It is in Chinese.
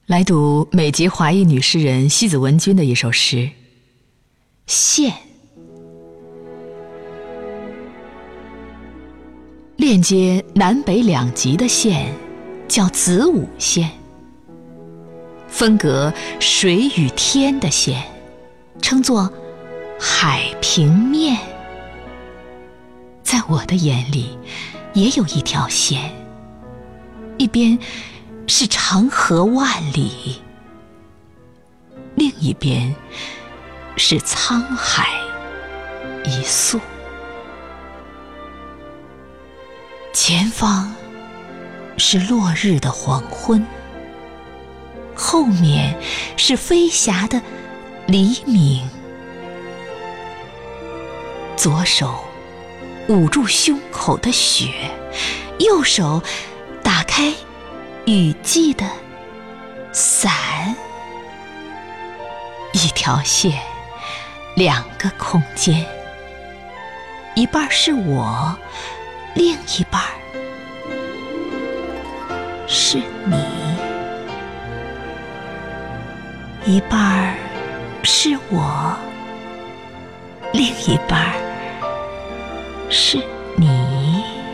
来读美籍华裔女诗人西子文君的一首诗《线》。链接南北两极的线叫子午线，分隔水与天的线称作海平面。在我的眼里也有一条线，一边是长河万里，另一边是沧海一粟。前方是落日的黄昏，后面是飞霞的黎明。左手捂住胸口的雪，右手打开雨季的伞。一条线，两个空间，一半是我，另一半是你。一半是我，另一半是你。